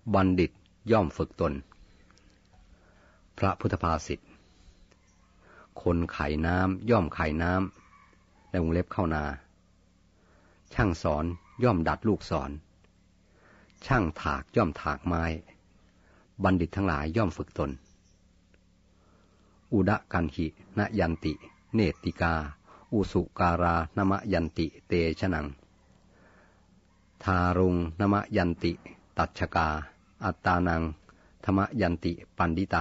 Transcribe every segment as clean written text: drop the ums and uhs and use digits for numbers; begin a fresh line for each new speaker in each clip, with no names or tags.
บัณฑิตย่อมฝึกตนพระพุทธภาษิตคนไขน้ำย่อมไขน้ำในวงเล็บเข้านาช่างสอนย่อมดัดลูกศรช่างถากย่อมถากไม้บัณฑิตทั้งหลายย่อมฝึกตนอุดกันหินยันติเนติกาอุสุการานมยันติเตชนังทารุงนมยันติตัชกาอัตตานังธรรมยันติปันดิตา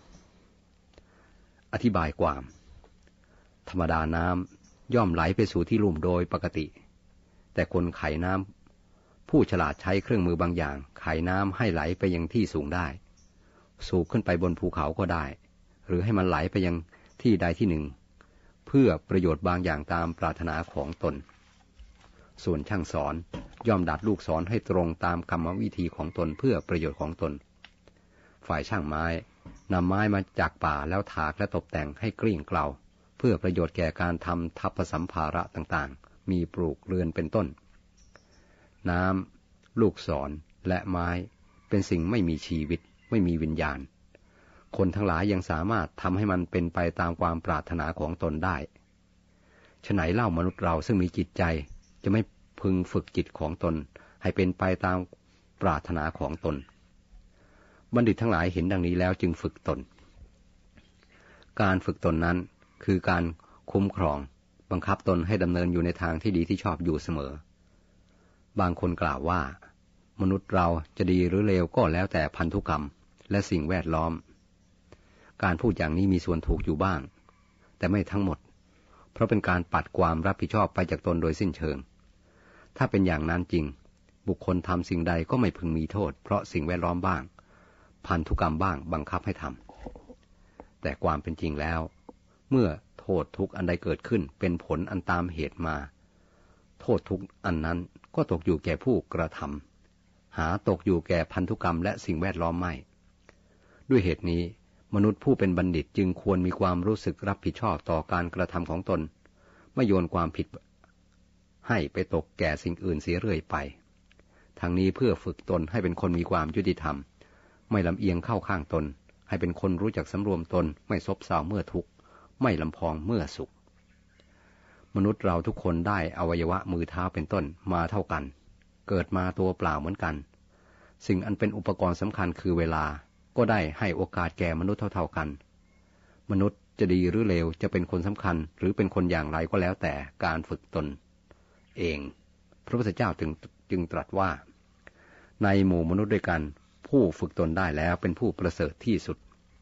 อธิบายความธรรมดาน้ำย่อมไหลไปสู่ที่ลุ่มโดยปกติแต่คนไขน้ำผู้ฉลาดใช้เครื่องมือบางอย่างไขน้ำให้ไหลไปยังที่สูงได้สูบขึ้นไปบนภูเขาก็ได้หรือให้มันไหลไปยังที่ใดที่หนึ่งเพื่อประโยชน์บางอย่างตามปรารถนาของตนส่วนช่างสอนย่อมดัดลูกศรให้ตรงตามกรรมวิธีของตนเพื่อประโยชน์ของตนฝ่ายช่างไม้นำไม้มาจากป่าแล้วถากและตกแต่งให้กลิ้งเกลาเพื่อประโยชน์แก่การทำทัพสัมภาระต่างๆมีปลูกเรือนเป็นต้นน้ำลูกศรและไม้เป็นสิ่งไม่มีชีวิตไม่มีวิญญาณคนทั้งหลายยังสามารถทำให้มันเป็นไปตามความปรารถนาของตนได้ฉะไหนเล่ามนุษย์เราซึ่งมีจิตใจจะไม่พึงฝึกจิตของตนให้เป็นไปตามปรารถนาของตนบัณฑิตทั้งหลายเห็นดังนี้แล้วจึงฝึกตนการฝึกตนนั้นคือการคุ้มครองบังคับตนให้ดำเนินอยู่ในทางที่ดีที่ชอบอยู่เสมอบางคนกล่าวว่ามนุษย์เราจะดีหรือเลวก็แล้วแต่พันธุกรรมและสิ่งแวดล้อมการพูดอย่างนี้มีส่วนถูกอยู่บ้างแต่ไม่ทั้งหมดเพราะเป็นการปัดความรับผิดชอบไปจากตนโดยสิ้นเชิงถ้าเป็นอย่างนั้นจริงบุคคลทำสิ่งใดก็ไม่พึงมีโทษเพราะสิ่งแวดล้อมบ้างพันธุกรรมบ้างบังคับให้ทำแต่ความเป็นจริงแล้วเมื่อโทษทุกอันใดเกิดขึ้นเป็นผลอันตามเหตุมาโทษทุกอันนั้นก็ตกอยู่แก่ผู้กระทำหาตกอยู่แก่พันธุกรรมและสิ่งแวดล้อมไม่ด้วยเหตุนี้มนุษย์ผู้เป็นบัณฑิตจึงควรมีความรู้สึกรับผิดชอบต่อการกระทำของตนไม่โยนความผิดให้ไปตกแก่สิ่งอื่นเสียเรื่อยไปทั้งนี้เพื่อฝึกตนให้เป็นคนมีความยุติธรรมไม่ลำเอียงเข้าข้างตนให้เป็นคนรู้จักสำรวมตนไม่ซบเซาเมื่อทุกข์ไม่ลำพองเมื่อสุขมนุษย์เราทุกคนได้อวัยวะมือเท้าเป็นต้นมาเท่ากันเกิดมาตัวเปล่าเหมือนกันสิ่งอันเป็นอุปกรณ์สำคัญคือเวลาก็ได้ให้โอกาสแก่มนุษย์เท่าๆกันมนุษย์จะดีหรือเลวจะเป็นคนสำคัญหรือเป็นคนอย่างไรก็แล้วแต่การฝึกตนเองพระพุทธเจ้าจึงตรัสว่าในหมู่มนุษย์ด้วยกันผู้ฝึกตนได้แล้วเป็นผู้ประเสริฐที่สุด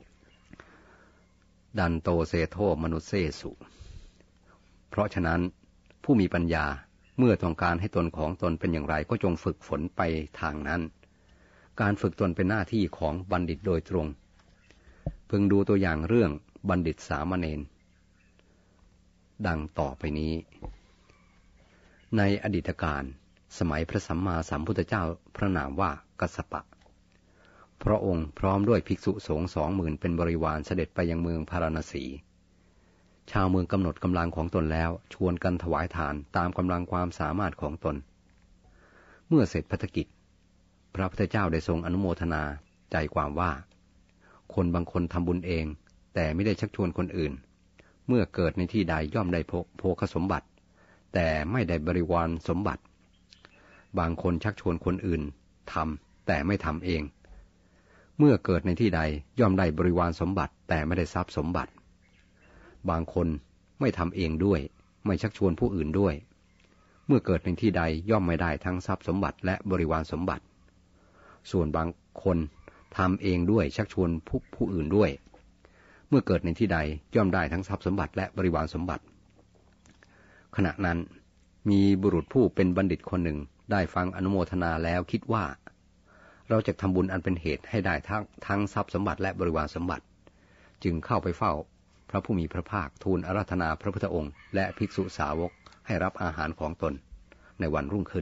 ดันโตเซโธมนุษเสสุเพราะฉะนั้นผู้มีปัญญาเมื่อต้องการให้ตนของตนเป็นอย่างไรก็จงฝึกฝนไปทางนั้นการฝึกตนเป็นหน้าที่ของบัณฑิตโดยตรงพึงดูตัวอย่างเรื่องบัณฑิตสามเณรดังต่อไปนี้ในอดีตการสมัยพระสัมมาสัมพุทธเจ้าพระนามว่ากัสสปะพระองค์พร้อมด้วยภิกษุสงฆ์20,000เป็นบริวารเสด็จไปยังเมืองพาราณสีชาวเมืองกำหนดกำลังของตนแล้วชวนกันถวายทานตามกำลังความสามารถของตนเมื่อเสร็จภารกิจพระพุทธเจ้าได้ทรงอนุโมทนาใจความว่าคนบางคนทำบุญเองแต่ไม่ได้ชักชวนคนอื่นเมื่อเกิดในที่ใดย่อมได้โภคสมบัติแต่ไม่ได้บริวารสมบัติบางคนชักชวนคนอื่นทำแต่ไม่ทำเองเมื่อเกิดในที่ใดย่อมได้บริวารสมบัติแต่ไม่ได้ทรัพย์สมบัติบางคนไม่ทำเองด้วยไม่ชักชวนผู้อื่นด้วยเมื่อเกิดในที่ใดย่อมไม่ได้ทั้งทรัพย์สมบัติและบริวารสมบัติส่วนบางคนทำเองด้วยชักชวนผู้อื่นด้วยเมื่อเกิดในที่ใดย่อมได้ทั้งทรัพย์สมบัติและบริวารสมบัติขณะนั้นมีบุรุษผู้เป็นบัณฑิตคนหนึ่งได้ฟังอนุโมทนาแล้วคิดว่าเราจะทำบุญอันเป็นเหตุให้ได้ทั้งทรัพย์สมบัติและบริวารสมบัติจึงเข้าไปเฝ้าพระผู้มีพระภาคทูลอาราธนาพระพุทธองค์และภิกษุสาวกให้รับอาหารของตนในวันรุ่งขึ้น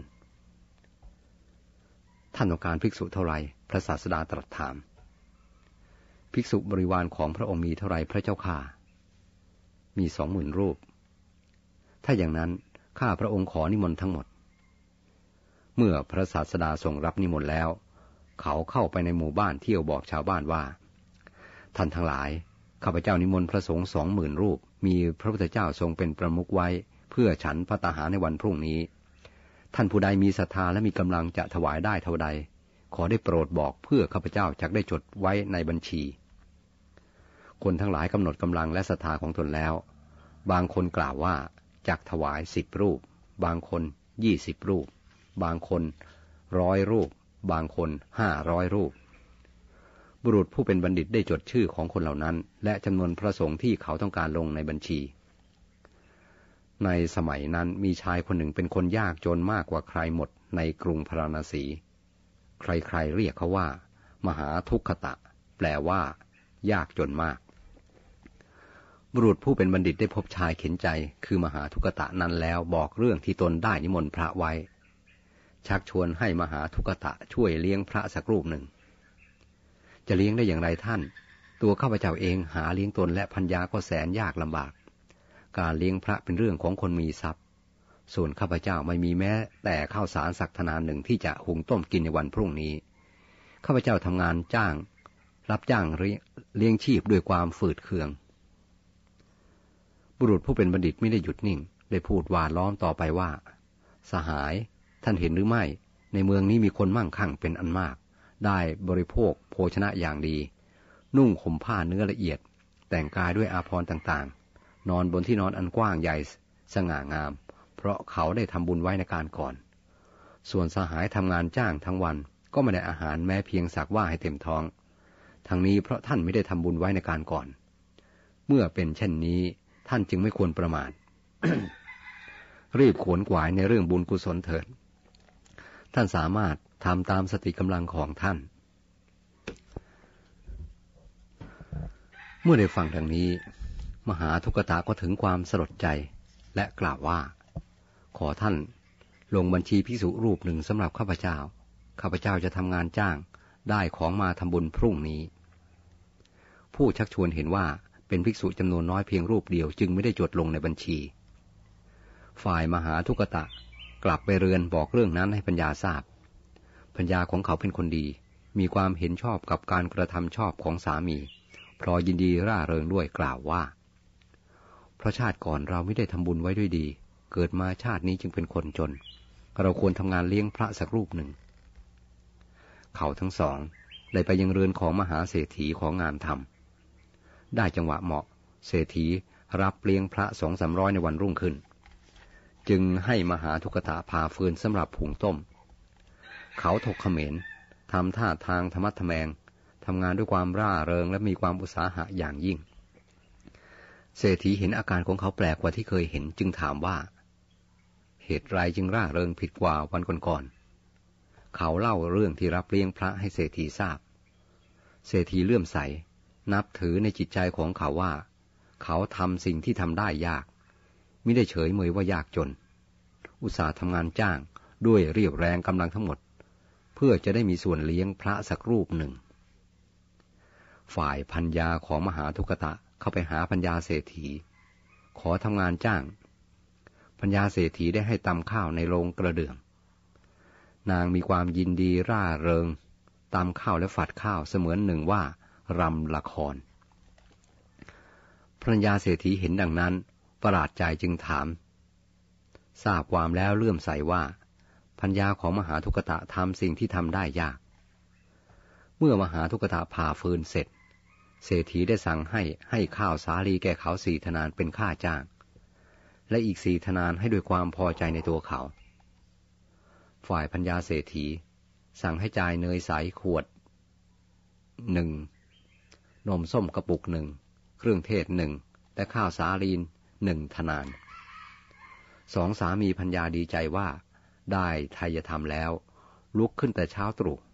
ท่านต้องการภิกษุเท่าไรพระศาสดาตรัสถามภิกษุบริวารของพระองค์มีเท่าไรพระเจ้าข้ามี 20,000 รูปถ้าอย่างนั้นข้าพระองค์ขอนิมนต์ทั้งหมดเมื่อพระศาสดาทรงรับนิมนต์แล้วเขาเข้าไปในหมู่บ้านเที่ยวบอกชาวบ้านว่าท่านทั้งหลายข้าพเจ้านิมนต์พระสงฆ์20,000 รูปมีพระพุทธเจ้าทรงเป็นประมุขไว้เพื่อฉันภัตตาหารในวันพรุ่งนี้ท่านผู้ใดมีศรัทธาและมีกำลังจะถวายได้เท่าใดขอได้โปรดบอกเพื่อข้าพเจ้าจักได้จดไว้ในบัญชีคนทั้งหลายกำหนดกำลังและศรัทธาของตนแล้วบางคนกล่าวว่าจักถวาย10 รูปบางคน20 รูปบางคน100 รูปบางคน500 รูปบุรุษผู้เป็นบัณฑิตได้จดชื่อของคนเหล่านั้นและจำนวนพระสงฆ์ที่เขาต้องการลงในบัญชีในสมัยนั้นมีชายคนหนึ่งเป็นคนยากจนมากกว่าใครหมดในกรุงพาราณสีใครๆเรียกเขาว่ามหาทุกขตะแปลว่ายากจนมากบุรุษผู้เป็นบัณฑิตได้พบชายเข็ญใจคือมหาทุกขตะนั้นแล้วบอกเรื่องที่ตนได้นิมนต์พระไว้ชักชวนให้มหาทุกขตะช่วยเลี้ยงพระสักรูปหนึ่งจะเลี้ยงได้อย่างไรท่านตัวข้าพเจ้าเองหาเลี้ยงตนและภรรยาก็แสนยากลำบากการเลี้ยงพระเป็นเรื่องของคนมีทรัพย์ส่วนข้าพเจ้าไม่มีแม้แต่ข้าวสารสักธนานหนึ่งที่จะหุงต้มกินในวันพรุ่งนี้ข้าพเจ้าทำงานรับจ้างเลี้ยงชีพด้วยความฝืดเคืองบุรุษผู้เป็นบัณฑิตไม่ได้หยุดนิ่งได้พูดหวานล้อมต่อไปว่าสหายท่านเห็นหรือไม่ในเมืองนี้มีคนมั่งคั่งเป็นอันมากได้บริโภคโภชนะอย่างดีนุ่งห่มผ้าเนื้อละเอียดแต่งกายด้วยอาภรณ์ต่างๆนอนบนที่นอนอันกว้างใหญ่สง่างามเพราะเขาได้ทำบุญไว้ในการก่อนส่วนสหายทำงานจ้างทั้งวันก็ไม่ได้อาหารแม้เพียงสักว่าให้เต็มท้องทั้งนี้เพราะท่านไม่ได้ทำบุญไว้ในการก่อนเมื่อเป็นเช่นนี้ท่านจึงไม่ควรประมาท รีบขวนขวายในเรื่องบุญกุศลเถิดท่านสามารถทำตามสติกำลังของท่านเมื่อได้ฟังดังนี้มหาทุกขตาก็ถึงความสลดใจและกล่าวว่าขอท่านลงบัญชีภิกษุรูปหนึ่งสำหรับข้าพเจ้าจะทำงานจ้างได้ของมาทำบุญพรุ่งนี้ผู้ชักชวนเห็นว่าเป็นภิกษุจำนวนน้อยเพียงรูปเดียวจึงไม่ได้จดลงในบัญชีฝ่ายมหาทุกขตะกลับไปเรือนบอกเรื่องนั้นให้ปัญญาทราบปัญญาของเขาเป็นคนดีมีความเห็นชอบกับการกระทำชอบของสามีพลอยยินดีร่าเริงด้วยกล่าวว่าเพราะชาติก่อนเราไม่ได้ทำบุญไว้ด้วยดีเกิดมาชาตินี้จึงเป็นคนจนเราควรทำงานเลี้ยงพระสักรูปหนึ่งเขาทั้งสองได้ไปยังเรือนของมหาเศรษฐีของงานทำได้จังหวะเหมาะเศรษฐีรับเลี้ยงพระ200-300ในวันรุ่งขึ้นจึงให้มหาทุกขตาพาฟืนสำหรับหุงต้มเขาถกเขมรทำท่าทางธรรมะทแมงทำงานด้วยความร่าเริงและมีความอุตสาหะอย่างยิ่งเศรษฐีเห็นอาการของเขาแปลกกว่าที่เคยเห็นจึงถามว่าเหตุไรจึงร่าเริงผิดกว่าวันก่อนๆเขาเล่าเรื่องที่รับเลี้ยงพระให้เศรษฐีทราบเศรษฐีเลื่อมใสนับถือในจิตใจของเขาว่าเขาทำสิ่งที่ทำได้ยากมิได้เฉยเมยว่ายากจนอุตส่าห์ทำงานจ้างด้วยเรียบแรงกำลังทั้งหมดเพื่อจะได้มีส่วนเลี้ยงพระสักรูปหนึ่งฝ่ายภรรยาของมหาทุกขตะเข้าไปหาภรรยาเศรษฐีขอทำงานจ้างภรรยาเศรษฐีได้ให้ตำข้าวในโรงกระเดื่องนางมีความยินดีร่าเริงตำข้าวและฝัดข้าวเสมือนหนึ่งว่ารำละครภรรยาเศรษฐีเห็นดังนั้นประหลาดใจจึงถามทราบความแล้วเลื่อมใสว่าภรรยาของมหาทุกขตะทำสิ่งที่ทำได้ยากเมื่อมหาทุกขตะผ่าฟืนเสร็จเศรษฐีได้สั่งให้ข้าวสาลีแก่เขา4 ทนานเป็นค่าจ้างและอีก4 ทนานให้ด้วยความพอใจในตัวเขาฝ่ายภรรยาเศรษฐีสั่งให้จ่ายเนยใสขวด1นมส้มกระปุก1เครื่องเทศ1และข้าวสาลี1 ทนาน2 สามีภรรยาดีใจว่าได้ไทยธรรมแล้วลุกขึ้นแต่เช้าตรู่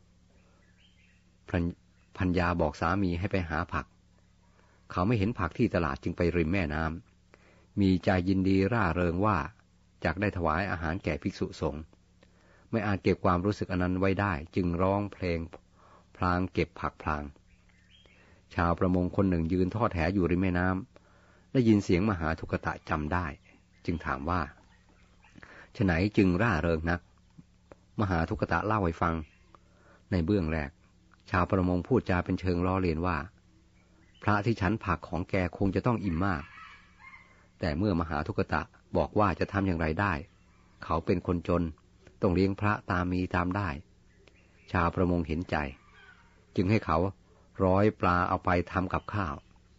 ภรรยาบอกสามีให้ไปหาผักเขาไม่เห็นผักที่ตลาดจึงไปริมแม่น้ำมีใจยินดีร่าเริงว่าจักได้ถวายอาหารแก่ภิกษุสงฆ์ไม่อาจเก็บความรู้สึกอันนั้นไว้ได้จึงร้องเพลงพลางเก็บผักพลางชาวประมงคนหนึ่งยืนทอดแหอยู่ริมแม่น้ำได้ยินเสียงมหาทุกขตะจำได้จึงถามว่าฉไหนจึงร่าเริงนักมหาทุกขตะเล่าให้ฟังในเบื้องแรกชาวประมงพูดจาเป็นเชิงล้อเลียนว่าพระที่ฉันผักของแกคงจะต้องอิ่มมากแต่เมื่อมหาทุกตะบอกว่าจะทำอย่างไรได้เขาเป็นคนจนต้องเลี้ยงพระตามมีตามได้ชาวประมงเห็นใจจึงให้เขาร้อยปลาเอาไปทำกับข้าว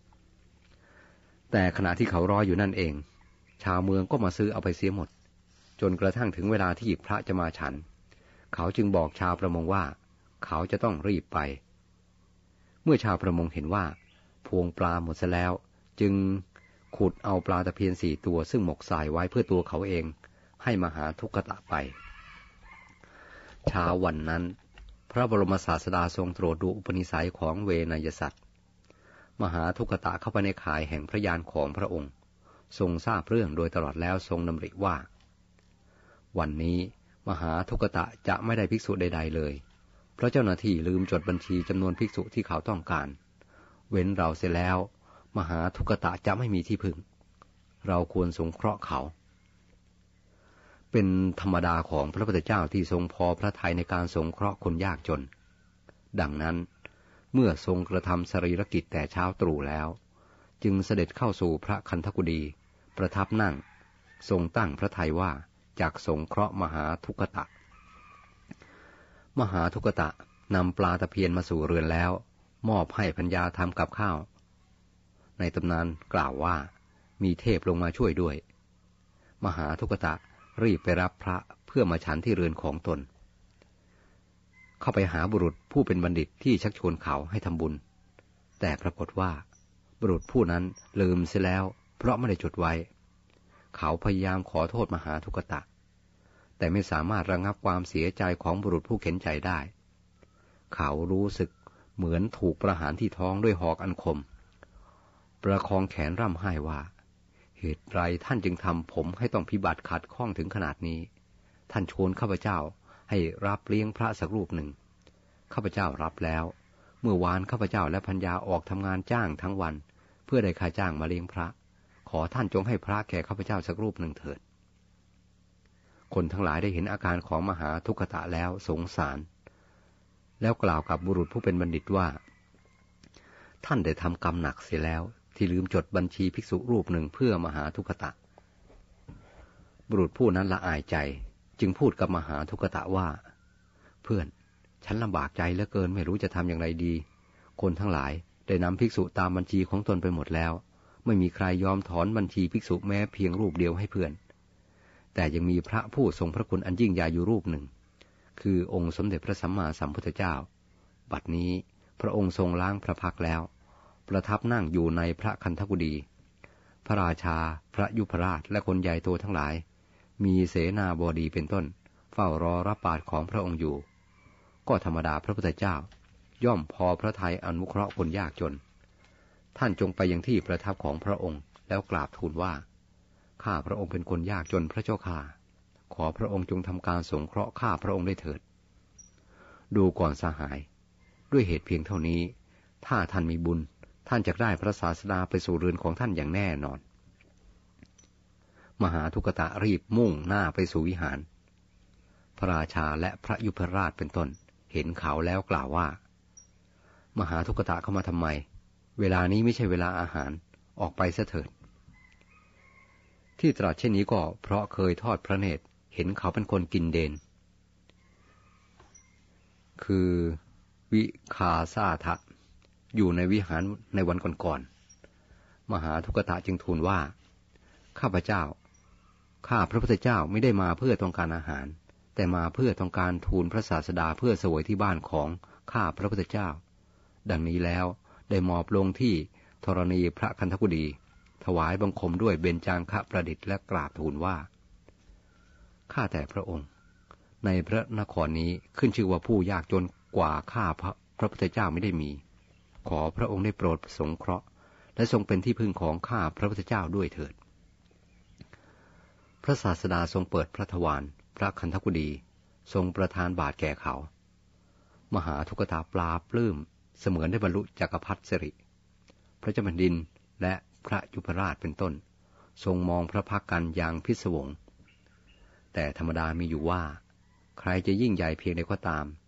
แต่ขณะที่เขารออยู่นั่นเองชาวเมืองก็มาซื้อเอาไปเสียหมดจนกระทั่งถึงเวลาที่พระจะมาฉันเขาจึงบอกชาวประมงว่าเขาจะต้องรีบไปเมื่อชาวประมงเห็นว่าพวงปลาหมดซะแล้วจึงขุดเอาปลาตะเพียน4 ตัวซึ่งหมกทรายไว้เพื่อตัวเขาเองให้มหาทุกตะไปเช้าวันนั้นพระบรมศาสดาทรงตรวจดูอุปนิสัยของเวนยสัตว์มหาทุกตะเข้าไปในข่ายแห่งพระยานของพระองค์ทรงทราบเรื่องโดยตลอดแล้วทรงดำริว่าวันนี้มหาทุกตะจะไม่ได้ภิกษุใดๆเลยเพราะเจ้าหน้าที่ลืมจดบัญชีจำนวนภิกษุที่เขาต้องการเว้นเราเสียแล้วมหาทุกตะจะไม่มีที่พึ่งเราควรสงเคราะห์เขาเป็นธรรมดาของพระพุทธเจ้าที่ทรงพอพระทัยในการสงเคราะห์คนยากจนดังนั้นเมื่อทรงกระทำสรีรกิจแต่เช้าตรู่แล้วจึงเสด็จเข้าสู่พระคันธกุฎีประทับนั่งทรงตั้งพระทัยว่าจักสงเคราะห์มหาทุกตะมหาทุกตะนำปลาตะเพียนมาสู่เรือนแล้วมอบให้พัญญาทำกับข้าวในตำนานกล่าวว่ามีเทพลงมาช่วยด้วยมหาทุกตะรีบไปรับพระเพื่อมาฉันที่เรือนของตนเข้าไปหาบุรุษผู้เป็นบัณฑิตที่ชักชวนเขาให้ทำบุญแต่ปรากฏว่าบุรุษผู้นั้นลืมเสียแล้วเพราะไม่ได้จดไว้เขาพยายามขอโทษมหาทุกตะแต่ไม่สามารถระงับความเสียใจของบุรุษผู้เข็นใจได้เขารู้สึกเหมือนถูกประหารที่ท้องด้วยหอกอันคมประคองแขนร่ำไห้ว่าเหตุไรท่านจึงทำผมให้ต้องพิบัติขัดข้องถึงขนาดนี้ท่านชวนข้าพเจ้าให้รับเลี้ยงพระสักรูปหนึ่งข้าพเจ้ารับแล้วเมื่อวานข้าพเจ้าและพัญญาออกทำงานจ้างทั้งวันเพื่อได้ค่าจ้างมาเลี้ยงพระขอท่านจงให้พระแก่ข้าพเจ้าสักรูปหนึ่งเถิดคนทั้งหลายได้เห็นอาการของมหาทุกตะแล้วสงสารแล้วกล่าวกับบุรุษผู้เป็นบัณฑิตว่าท่านได้ทำกรรมหนักเสียแล้วที่ลืมจดบัญชีภิกษุรูปหนึ่งเพื่อมหาทุกตะบุรุษผู้นั้นละอายใจจึงพูดกับมหาทุกตะว่าเพื่อนฉันลำบากใจเหลือเกินไม่รู้จะทำอย่างไรดีคนทั้งหลายได้นำภิกษุตามบัญชีของตนไปหมดแล้วไม่มีใครยอมถอนบัญชีภิกษุแม้เพียงรูปเดียวให้เพื่อนแต่ยังมีพระผู้ทรงพระคุณอันยิ่งใหญ่อยู่รูปหนึ่งคือองค์สมเด็จพระสัมมาสัมพุทธเจ้าบัดนี้พระองค์ทรงล้างพระพักแล้วประทับนั่งอยู่ในพระคันธกุฎีพระราชาพระยุพราชและคนใหญ่โตทั้งหลายมีเสนาบดีเป็นต้นเฝ้ารอรับบาตรของพระองค์อยู่ก็ธรรมดาพระพุทธเจ้าย่อมพอพระทัยอนุเคราะห์คนยากจนท่านจงไปยังที่ประทับของพระองค์แล้วกราบทูลว่าข้าพระองค์เป็นคนยากจนพระเจ้าข้าขอพระองค์จงทำการสงเคราะห์ข้าพระองค์ได้เถิดดูก่อนสหายด้วยเหตุเพียงเท่านี้ถ้าท่านมีบุญท่านจะได้พระศาสดาไปสู่เรือนของท่านอย่างแน่นอนมหาทุกตะรีบมุ่งหน้าไปสู่วิหารพระราชาและพระยุพราชเป็นต้นเห็นเขาแล้วกล่าวว่ามหาทุกตะเข้ามาทำไมเวลานี้ไม่ใช่เวลาอาหารออกไปเสียเถิดที่ตรัสเช่นนี้ก็เพราะเคยทอดพระเนตรเห็นเขาเป็นคนกินเดนคือวิคาสาทะอยู่ในวิหารในวันก่อนๆมหาทุกตะจึงทูลว่าข้าพระพุทธเจ้าไม่ได้มาเพื่อต้องการอาหารแต่มาเพื่อต้องการทูลพระศาสดาเพื่อเสวยที่บ้านของข้าพระพุทธเจ้าดังนี้แล้วได้มอบลงที่ธรณีพระคันธกุฎีถวายบังคมด้วยเบญจางคประดิษฐ์และกราบทูลว่าข้าแต่พระองค์ในพระนครนี้ขึ้นชื่อว่าผู้ยากจนกว่าข้าพระพุทธเจ้าไม่ได้มีขอพระองค์ได้โปรดสงเคราะห์และทรงเป็นที่พึ่งของข้าพระพุทธเจ้าด้วยเถิดพระศาสดาทรงเปิดพระทวารพระคันธกุฎีทรงประทานบาตรแก่เขามหาทุกตะปลาปลื้มเสมือนได้บรรลุจักรพรรดิสิริพระเจ้าแผ่นดินและพระยุพราชเป็นต้นทรงมองพระพักกันอย่างพิศวงแต่ธรรมดามีอยู่ว่าใครจะยิ่งใหญ่เพียงใดก็ตาม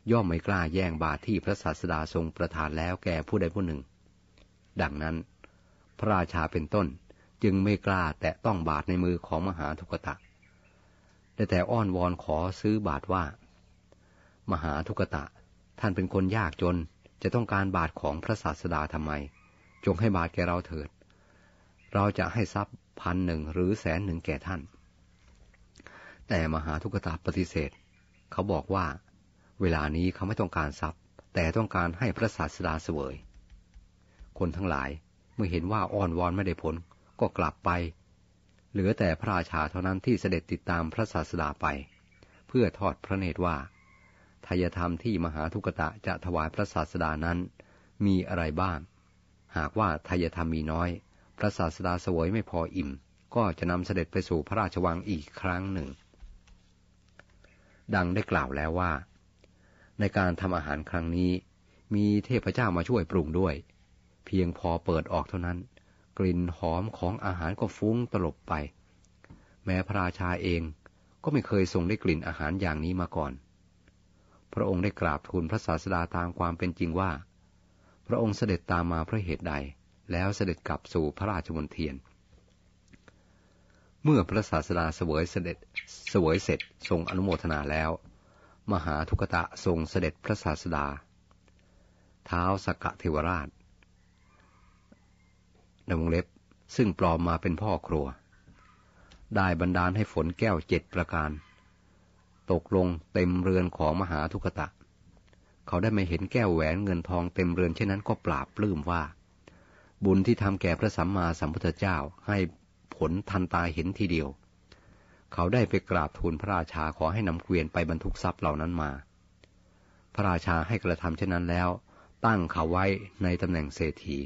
ย่อมไม่กล้าแย่งบาตรที่พระศาสดาทรงประทานแล้วแก่ผู้ใดผู้หนึ่งดังนั้นพระราชาเป็นต้นจึงไม่กล้าแตะต้องบาตรในมือของมหาทุกตะแต่อ้อนวอนขอซื้อบาตรว่ามหาทุกตะท่านเป็นคนยากจนจะต้องการบาตรของพระศาสดาทำไมจงให้บาตรแก่เราเถิดเราจะให้ทรัพย์1,000หรือ100,000แก่ท่านแต่มหาทุกตะปฏิเสธเขาบอกว่าเวลานี้เขาไม่ต้องการทรัพย์แต่ต้องการให้พระศาสดาเสวยคนทั้งหลายเมื่อเห็นว่าอ้อนวอนไม่ได้ผลก็กลับไปเหลือแต่พระราชาเท่านั้นที่เสด็จติดตามพระศาสดาไปเพื่อทอดพระเนตรว่าทายธรรมที่มหาทุกตะจะถวายพระศาสดานั้นมีอะไรบ้างหากว่าทายธรรมมีน้อยพระศาสดาเสวยไม่พออิ่มก็จะนำเสด็จไปสู่พระราชวังอีกครั้งหนึ่งดังได้กล่าวแล้วว่าในการทำอาหารครั้งนี้มีเทพเจ้ามาช่วยปรุงด้วยเพียงพอเปิดออกเท่านั้นกลิ่นหอมของอาหารก็ฟุ้งตลบไปแม้พระราชาเองก็ไม่เคยทรงได้กลิ่นอาหารอย่างนี้มาก่อนพระองค์ได้กราบทูลพระศาสดาตามความเป็นจริงว่าพระองค์เสด็จตามมาเพราะเหตุใดแล้วเสด็จกลับสู่พระราชมณฑีเมื่อพระศาสดาเสวยเสร็จทรงอนุโมทนาแล้วมหาทุกตะทรงเสด็จพระศาสดาท้าวสักกะเทวราชในวงเล็บซึ่งปลอมมาเป็นพ่อครัวได้บันดาลให้ฝนแก้ว7ประการตกลงเต็มเรือนของมหาทุกตะเขาได้มาเห็นแก้วแหวนเงินทองเต็มเรือนเช่นนั้นก็ปราบปลื้มว่าบุญที่ทำแก่พระสัมมาสัมพุทธเจ้าให้ผลทันตาเห็นทีเดียวเขาได้ไปกราบทูลพระราชาขอให้นำเกวียนไปบรรทุกทรัพย์เหล่านั้นมาพระราชาให้กระทำเช่นนั้นแล้วตั้งเขาไว้ในตำแหน่งเศรษฐี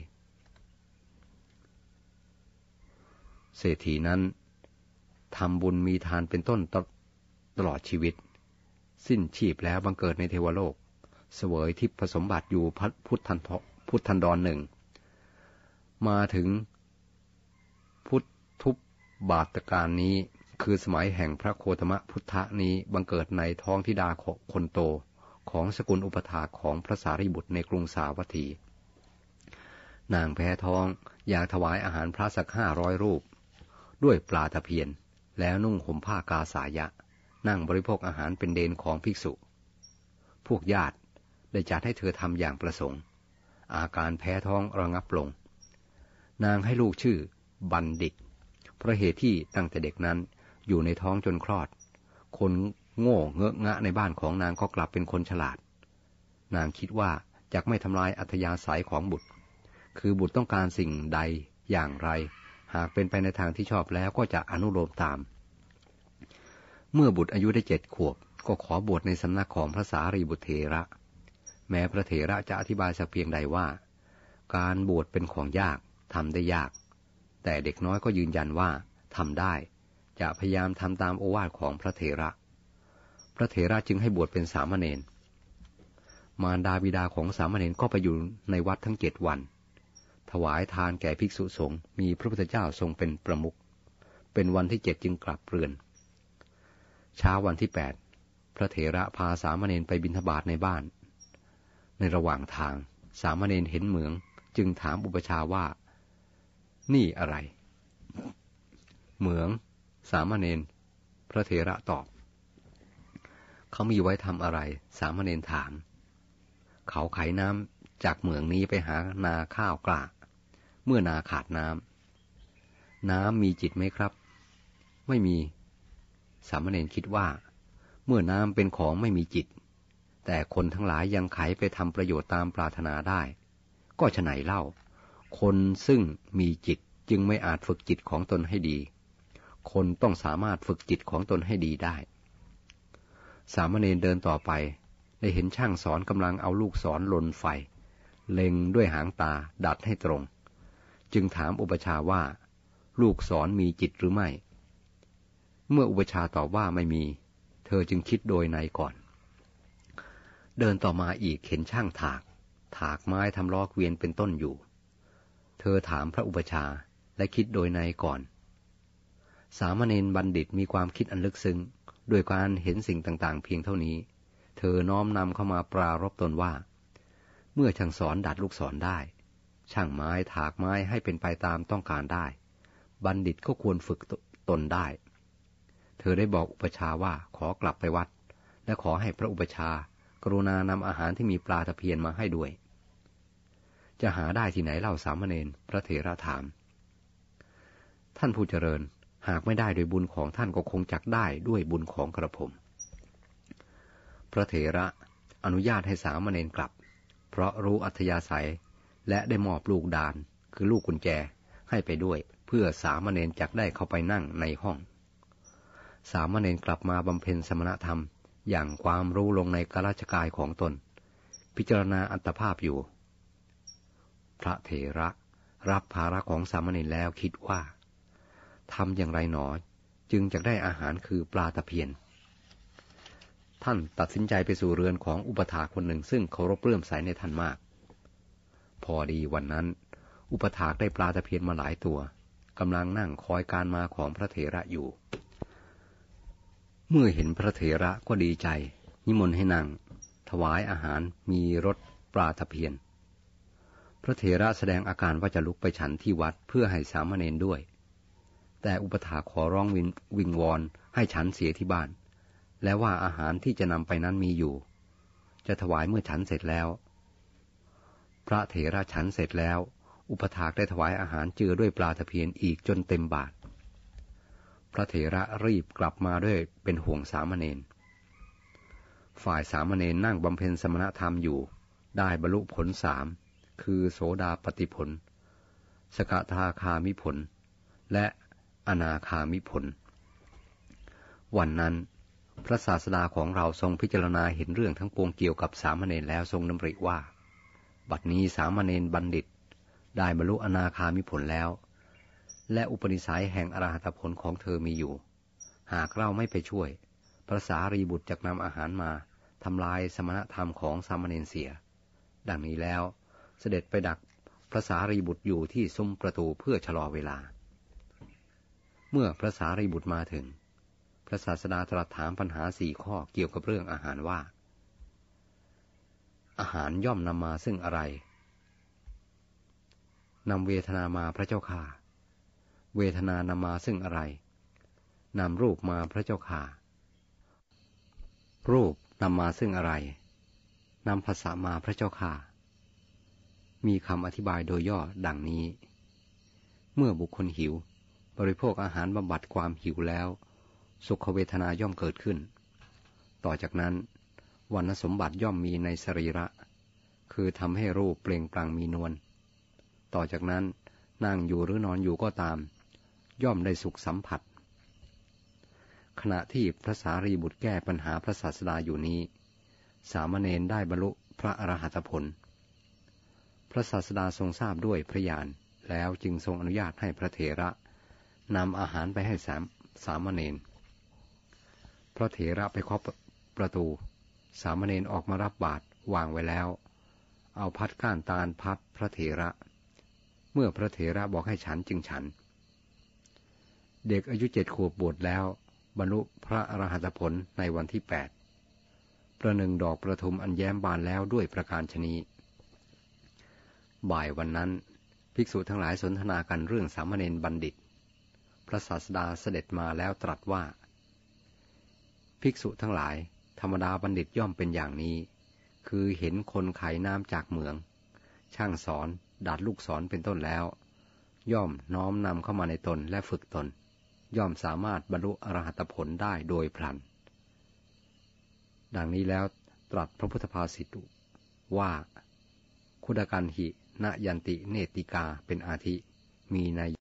นั้นทำบุญมีทานเป็นต้นตลอดชีวิตสิ้นชีพแล้วบังเกิดในเทวโลกเสวยทิพย์สมบัติอยู่พุทธันดรหนึ่งมาถึงพุทธุบาทการนี้คือสมัยแห่งพระโคตมะพุทธะนี้บังเกิดในท้องธิดาคนโตของสกุลอุปถาของพระสารีบุตรในกรุงสาวัตถีนางแพ้ท้องอยากถวายอาหารพระสัก500 รูปด้วยปลาตะเพียนแล้วนุ่งห่มผ้ากาสายะนั่งบริโภคอาหารเป็นเดนของภิกษุพวกญาติได้จัดให้เธอทำอย่างประสงค์อาการแพ้ท้องระงับลงนางให้ลูกชื่อบัณฑิตเพราะเหตุที่ตั้งแต่เด็กนั้นอยู่ในท้องจนคลอดคนโง่เงอะงะในบ้านของนางก็กลับเป็นคนฉลาดนางคิดว่าจะไม่ทำลายอัธยาศัยของบุตรคือบุตรต้องการสิ่งใดอย่างไรหากเป็นไปในทางที่ชอบแล้วก็จะอนุโลมตามเมื่อบุตรอายุได้7 ขวบก็ขอบวชในสำนักของพระสารีบุตรเถระแม้พระเถระจะอธิบายสักเพียงใดว่าการบวชเป็นของยากทำได้ยากแต่เด็กน้อยก็ยืนยันว่าทำได้จะพยายามทำตามโอวาทของพระเถระพระเถระจึงให้บวชเป็นสามเณรมารดาบิดาของสามเณรก็ไปอยู่ในวัดทั้ง7 วันถวายทานแก่ภิกษุสงฆ์มีพระพุทธเจ้าทรงเป็นประมุขเป็นวันที่7จึงกลับเรือนเช้าวันที่8พระเถระพาสามเณรไปบิณฑบาตในบ้านในระหว่างทางสามเณรเห็นเหมืองจึงถามอุปชาว่านี่อะไรเหมืองสามเณรพระเถระตอบเขามีไว้ทำอะไรสามเณรถามเขาไขน้ำจากเหมืองนี้ไปหานาข้าวกล้าเมื่อนาขาดน้ำมีจิตไหมครับไม่มีสามเณรคิดว่าเมื่อน้ำเป็นของไม่มีจิตแต่คนทั้งหลายยังไขไปทำประโยชน์ตามปรารถนาได้ก็ฉะไหนเล่าคนซึ่งมีจิตจึงไม่อาจฝึกจิตของตนให้ดีคนต้องสามารถฝึกจิตของตนให้ดีได้สามเณรเดินต่อไปได้เห็นช่างสอนกำลังเอาลูกศรลนไฟเล็งด้วยหางตาดัดให้ตรงจึงถามอุปชาว่าลูกศรมีจิตหรือไม่เมื่ออุปชาตอบว่าไม่มีเธอจึงคิดโดยในก่อนเดินต่อมาอีกเห็นช่างถากไม้ทำล้อเกวียนเป็นต้นอยู่เธอถามพระอุปชาและคิดโดยในก่อนสามเณรบัณฑิตมีความคิดอันลึกซึ้งด้วยการเห็นสิ่งต่างๆเพียงเท่านี้เธอน้อมนำเข้ามาปรารภตนว่าเมื่อช่างสอนดัดลูกศรได้ช่างไม้ถากไม้ให้เป็นไปตามต้องการได้บัณฑิตก็ควรฝึกตนได้เธอได้บอกอุปชาว่าขอกลับไปวัดและขอให้พระอุปชากรุณานำอาหารที่มีปลาตะเพียนมาให้ด้วยจะหาได้ที่ไหนเล่าสามเณรพระเถระถามท่านผู้เจริญหากไม่ได้โดยบุญของท่านก็คงจักได้ด้วยบุญของกระผมพระเถระอนุญาตให้สามเณรกลับเพราะรู้อัธยาศัยและได้มอบลูกดานคือลูกกุญแจให้ไปด้วยเพื่อสามเณรจักได้เข้าไปนั่งในห้องสามเณรกลับมาบำเพ็ญสมณธรรมอย่างความรู้ลงในกาลชกายของตนพิจารณาอัตภาพอยู่พระเถระรับภาระของสามเณรแล้วคิดว่าทำอย่างไรหนอจึงจะได้อาหารคือปลาตะเพียนท่านตัดสินใจไปสู่เรือนของอุปถากคนหนึ่งซึ่งเคารพเลื่อมใสในท่านมากพอดีวันนั้นอุปถากได้ปลาตะเพียนมาหลายตัวกำลังนั่งคอยการมาของพระเถระอยู่เมื่อเห็นพระเถระก็ดีใจนิมนต์ให้นั่งถวายอาหารมีรสปลาตะเพียนพระเถระแสดงอาการว่าจะลุกไปฉันที่วัดเพื่อให้สามเณรด้วยแต่อุปถากขอร้องวิงวอนให้ฉันเสียที่บ้านและว่าอาหารที่จะนำไปนั้นมีอยู่จะถวายเมื่อฉันเสร็จแล้วพระเถระฉันเสร็จแล้วอุปถากได้ถวายอาหารเจือด้วยปลาตะเพียนอีกจนเต็มบาตรพระเถระรีบกลับมาด้วยเป็นห่วงสามเณรฝ่ายสามเณรนั่งบำเพ็ญสมณธรรมอยู่ได้บรรลุผล3คือโสดาปัตติผลสกทาคามิผลและอนาคามิผลวันนั้นพระศาสดาของเราทรงพิจารณาเห็นเรื่องทั้งปวงเกี่ยวกับสามเณรแล้วทรงดำริว่าบัดนี้สามเณรบัณฑิตได้บรรลุอนาคามิผลแล้วและอุปนิสัยแห่งอรหัตผลของเธอมีอยู่หากเราไม่ไปช่วยพระสารีบุตรจะนำอาหารมาทำลายสมณธรรมของสามเณรเสียดังนี้แล้วเสด็จไปดักพระสารีบุตรอยู่ที่ซุ้มประตูเพื่อชะลอเวลาเมื่อพระสารีบุตรมาถึงพระศาสดาตรัสถามปัญหา4 ข้อเกี่ยวกับเรื่องอาหารว่าอาหารย่อมนำมาซึ่งอะไรนำเวทนามาพระเจ้าข้าเวทนานำมาซึ่งอะไรนำรูปมาพระเจ้าข้ารูปนำมาซึ่งอะไรนำภาษามาพระเจ้าข้ามีคำอธิบายโดยย่อดังนี้เมื่อบุคคลหิวบริโภคอาหารบำบัดความหิวแล้วสุขเวทนาย่อมเกิดขึ้นต่อจากนั้นวรรณสมบัติย่อมมีในสรีระคือทำให้รูปเปล่งปลั่งมีนวลต่อจากนั้นนั่งอยู่หรือนอนอยู่ก็ตามย่อมได้สุขสัมผัสขณะที่พระสารีบุตรแก้ปัญหาพระศาสดาอยู่นี้สามเณรได้บรรลุพระอรหัตผลพระศาสดาทรงทราบด้วยพระญาณแล้วจึงทรงอนุญาตให้พระเถระนำอาหารไปให้สามเณรพระเถระไปเคาะประตูสามเณรออกมารับบาตรวางไว้แล้วเอาพัดก้านตาลพัดพระเถระเมื่อพระเถระบอกให้ฉันจึงฉันเด็กอายุ7 ขวบบวชแล้วบรรลุพระอรหัตผลในวันที่8ประหนึ่งดอกประทุมอันแย้มบานแล้วด้วยประการฉนี้บ่ายวันนั้นภิกษุทั้งหลายสนทนากันเรื่องสามเณรบัณฑิตพระศาสดาเสด็จมาแล้วตรัสว่าภิกษุทั้งหลายธรรมดาบัณฑิตย่อมเป็นอย่างนี้คือเห็นคนขายน้ำจากเหมืองช่างสอนดัดลูกศรเป็นต้นแล้วย่อมน้อมนำเข้ามาในตนและฝึกตนย่อมสามารถบรรลุอรหัตผลได้โดยพลันดังนี้แล้วตรัสพระพุทธภาษิตว่าคุดกันหิณยันติเนติกาเป็นอาทิมีใน